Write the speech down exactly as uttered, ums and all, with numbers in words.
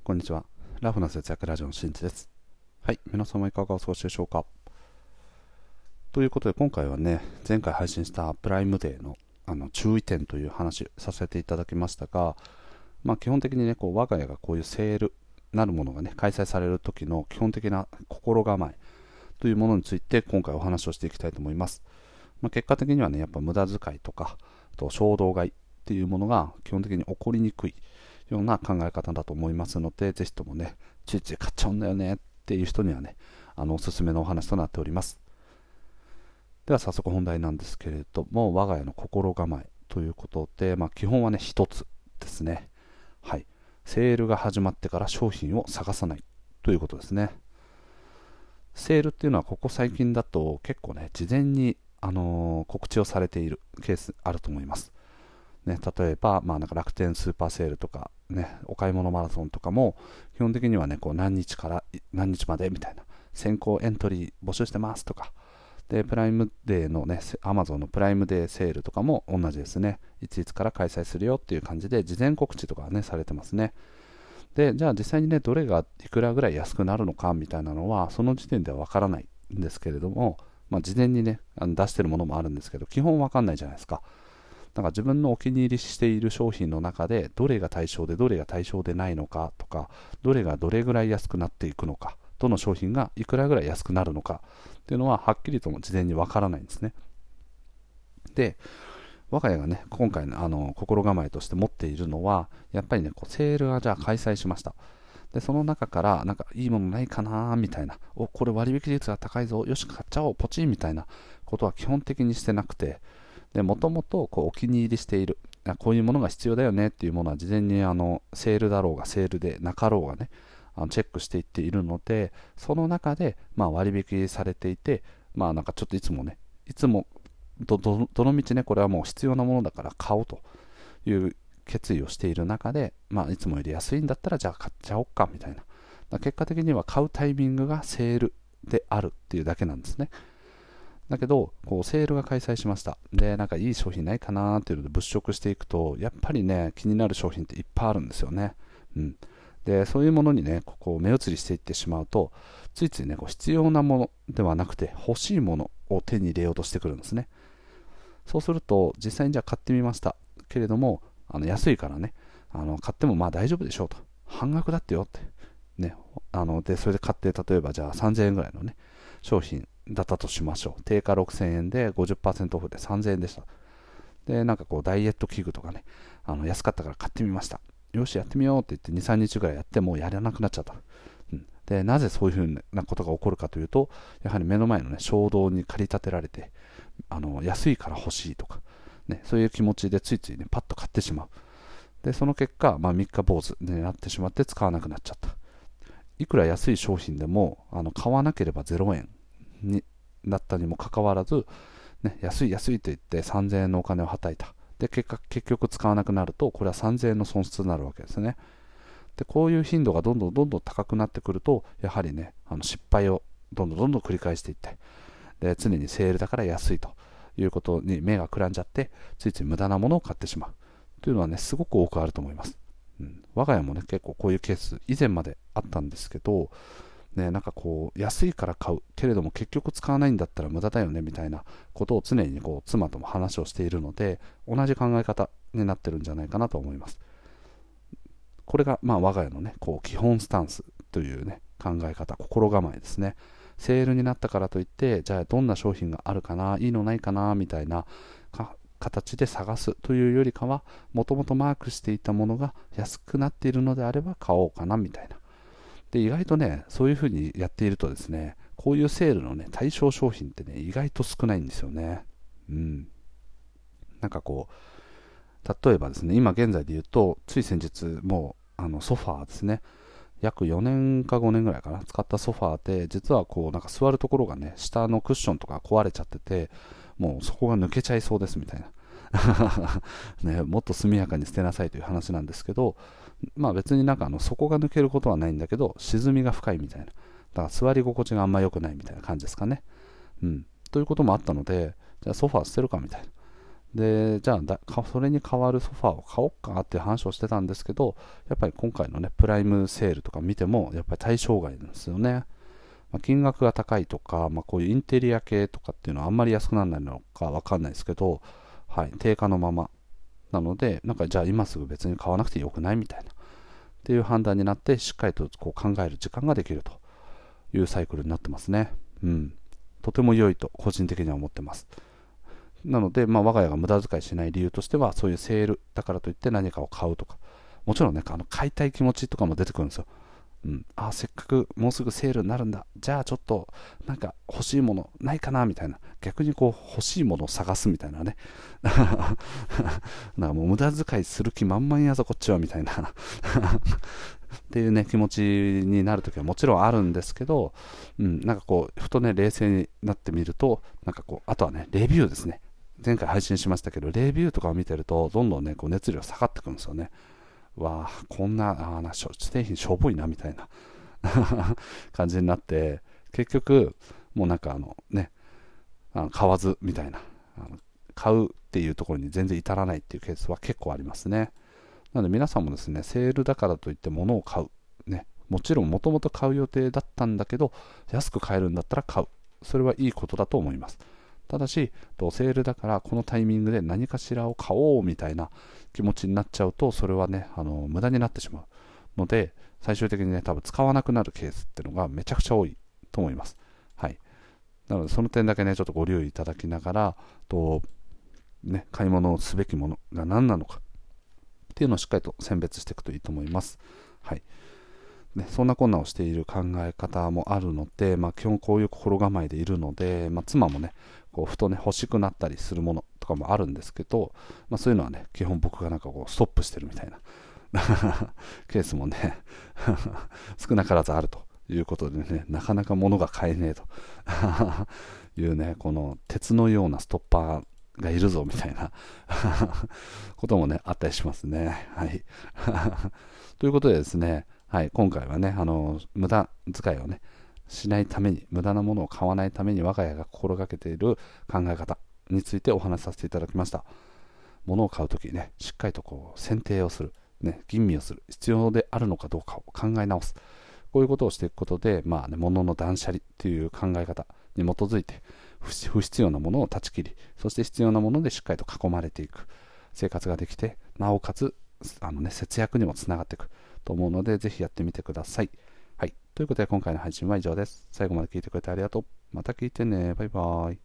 こんにちは。ラフな節約ラジオのしんいちです。はい、皆様いかがお過ごしでしょうか。ということで今回はね、前回配信したプライムデーの、あの注意点という話させていただきましたが、まあ、基本的にね、こう我が家がこういうセールなるものがね、開催される時の基本的な心構えというものについて今回お話をしていきたいと思います。まあ、結果的にはね、やっぱ無駄遣いとか、あと衝動買いっていうものが基本的に起こりにくいような考え方だと思いますので、ぜひともね、ついつい買っちゃうんだよねっていう人にはね、あのおすすめのお話となっております。では早速本題なんですけれども、我が家の心構えということで、まあ、基本はね、一つですね。はい。セールが始まってから商品を探さないということですね。セールっていうのはここ最近だと結構ね、事前に、あのー告知をされているケースあると思います。ね、例えば、まあ、なんか楽天スーパーセールとか、ね、お買い物マラソンとかも基本的にはね、こう何日から何日までみたいな先行エントリー募集してますとかで、プライムデーのね、アマゾンのプライムデーセールとかも同じですね。いついつから開催するよっていう感じで事前告知とかね、されてますね。で、じゃあ実際にね、どれがいくらぐらい安くなるのかみたいなのはその時点ではわからないんですけれども、まあ、事前にね、あの出してるものもあるんですけど、基本わかんないじゃないですか。だから自分のお気に入りしている商品の中でどれが対象でどれが対象でないのかとか、どれがどれぐらい安くなっていくのか、どの商品がいくらぐらい安くなるのかっていうのははっきりとも事前にわからないんですね。で、我が家がね、今回のあの心構えとして持っているのは、やっぱりね、こうセールがじゃあ開催しました。で、その中からなんかいいものないかなみたいな、お、これ割引率が高いぞ、よし買っちゃおう、ポチンみたいなことは基本的にしてなくて、で、もともとこうお気に入りしている、こういうものが必要だよねっていうものは事前にあのセールだろうがセールでなかろうがね、あのチェックしていっているので、その中でまあ割引されていて、まあなんかちょっといつもね、いつもどどどのみちね、これはもう必要なものだから買おうという決意をしている中で、まあ、いつもより安いんだったらじゃあ買っちゃおうかみたいな。だ結果的には買うタイミングがセールであるっていうだけなんですね。だけど、こうセールが開催しました。で、なんかいい商品ないかなーっていうので物色していくと、やっぱりね、気になる商品っていっぱいあるんですよね。うん。で、そういうものにね、ここ目移りしていってしまうと、ついついね、こう必要なものではなくて、欲しいものを手に入れようとしてくるんですね。そうすると、実際にじゃあ買ってみました。けれども、あの安いからね、あの買ってもまあ大丈夫でしょうと。半額だってよって。ね、あのでそれで買って、例えばじゃあさんぜんえんぐらいのね、商品だったとしましょう。定価ろくせんえんでごじゅっパーセントオフでさんぜんえんでした。で、なんかこうダイエット器具とかね、あの安かったから買ってみました。よし、やってみようって言ってに、さんにちぐらいやってもうやらなくなっちゃった。うん、で、なぜそういうふうなことが起こるかというと、やはり目の前のね、衝動に駆り立てられて、あの安いから欲しいとか、ね、そういう気持ちでついついね、パッと買ってしまう。で、その結果、まあ、みっか坊主になってしまって使わなくなっちゃった。いくら安い商品でも、あの買わなければゼロえんにだったにもかかわらず、ね、安い安いと言ってさんぜんえんのお金をはたいた。で、結果、結局使わなくなると、これはさんぜんえんの損失になるわけですね。で、こういう頻度がどんどんどんどん高くなってくると、やはりね、あの失敗をどんどんどんどん繰り返していって、で、常にセールだから安いということに目がくらんじゃって、ついつい無駄なものを買ってしまうというのはね、すごく多くあると思います。うん、我が家もね、結構こういうケース、以前まであったんですけど、ね、なんかこう、安いから買うけれども結局使わないんだったら無駄だよねみたいなことを常にこう妻とも話をしているので、同じ考え方になってるんじゃないかなと思います。これがまあ我が家のね、こう基本スタンスというね、考え方、心構えですね。セールになったからといって、じゃあどんな商品があるかな、いいのないかなみたいなか形で探すというよりかは、もともとマークしていたものが安くなっているのであれば買おうかなみたいな。で、意外とね、そういうふうにやっているとですね、こういうセールのね、対象商品ってね、意外と少ないんですよね。うん。なんかこう、例えばですね、今現在で言うと、つい先日、もう、あの、ソファーですね。約よねんかごねんぐらいかな、使ったソファーで、実はこう、なんか座るところがね、下のクッションとか壊れちゃってて、もうそこが抜けちゃいそうですみたいな。ね、もっと速やかに捨てなさいという話なんですけど、まあ別になんかあの底が抜けることはないんだけど、沈みが深いみたいな。だから座り心地があんま良くないみたいな感じですかね。うん。ということもあったので、じゃあソファー捨てるかみたいな。 で、じゃあだ、それに代わるソファーを買おうかっていう話をしてたんですけど、やっぱり今回のね、プライムセールとか見ても、やっぱり対象外なんですよね。まあ、金額が高いとか、まあ、こういうインテリア系とかっていうのはあんまり安くならないのかわかんないですけど、はい、定価のまま。なので、なんかじゃあ今すぐ別に買わなくてよくないみたいな。っていう判断になって、しっかりとこう考える時間ができるというサイクルになってますね。うん。とても良いと個人的には思ってます。なので、まあ、我が家が無駄遣いしない理由としては、そういうセールだからといって何かを買うとか、もちろんね、あの買いたい気持ちとかも出てくるんですよ。うん、あ、せっかくもうすぐセールになるんだ。じゃあちょっと、なんか欲しいものないかなみたいな。逆にこう欲しいものを探すみたいなね。なんかもう無駄遣いする気満々やぞ、こっちはみたいな。っていうね、気持ちになるときはもちろんあるんですけど、うん、なんかこう、ふとね、冷静になってみると、なんかこう、あとはね、レビューですね。前回配信しましたけど、レビューとかを見てると、どんどんね、こう熱量下がってくるんですよね。わあ、こんな、あな製品しょぼいな、みたいな感じになって、結局、もうなんかあのね、あの買わずみたいな、あの買うっていうところに全然至らないっていうケースは結構ありますね。なので皆さんもですね、セールだからといって物を買う。ね、もちろんもともと買う予定だったんだけど、安く買えるんだったら買う。それはいいことだと思います。ただし、セールだからこのタイミングで何かしらを買おうみたいな気持ちになっちゃうと、それはね、あの無駄になってしまうので、最終的にね、多分使わなくなるケースっていうのがめちゃくちゃ多いと思います。はい。なので、その点だけね、ちょっとご留意いただきながら、とね、買い物をすべきものが何なのかっていうのをしっかりと選別していくといいと思います。はい。ね、そんなこんなをしている考え方もあるので、まあ、基本こういう心構えでいるので、まあ、妻もね、こうふとね、欲しくなったりするものとかもあるんですけど、まあ、そういうのはね、基本僕がなんかこうストップしてるみたいなケースもね少なからずあるということでね、なかなか物が買えねえというね、この鉄のようなストッパーがいるぞみたいなこともね、あったりしますね。はい。ということでですね、はい、今回はね、あの、無駄遣いをね、しないために、無駄なものを買わないために我が家が心がけている考え方についてお話しさせていただきました。物を買うときね、しっかりとこう選定をする、ね、吟味をする、必要であるのかどうかを考え直す。こういうことをしていくことで、まあね、物の断捨離という考え方に基づいて、不必要なものを断ち切り、そして必要なものでしっかりと囲まれていく生活ができて、なおかつあの、ね、節約にもつながっていくと思うので、ぜひやってみてください。はい。ということで、今回の配信は以上です。最後まで聞いてくれてありがとう。また聞いてね。バイバイ。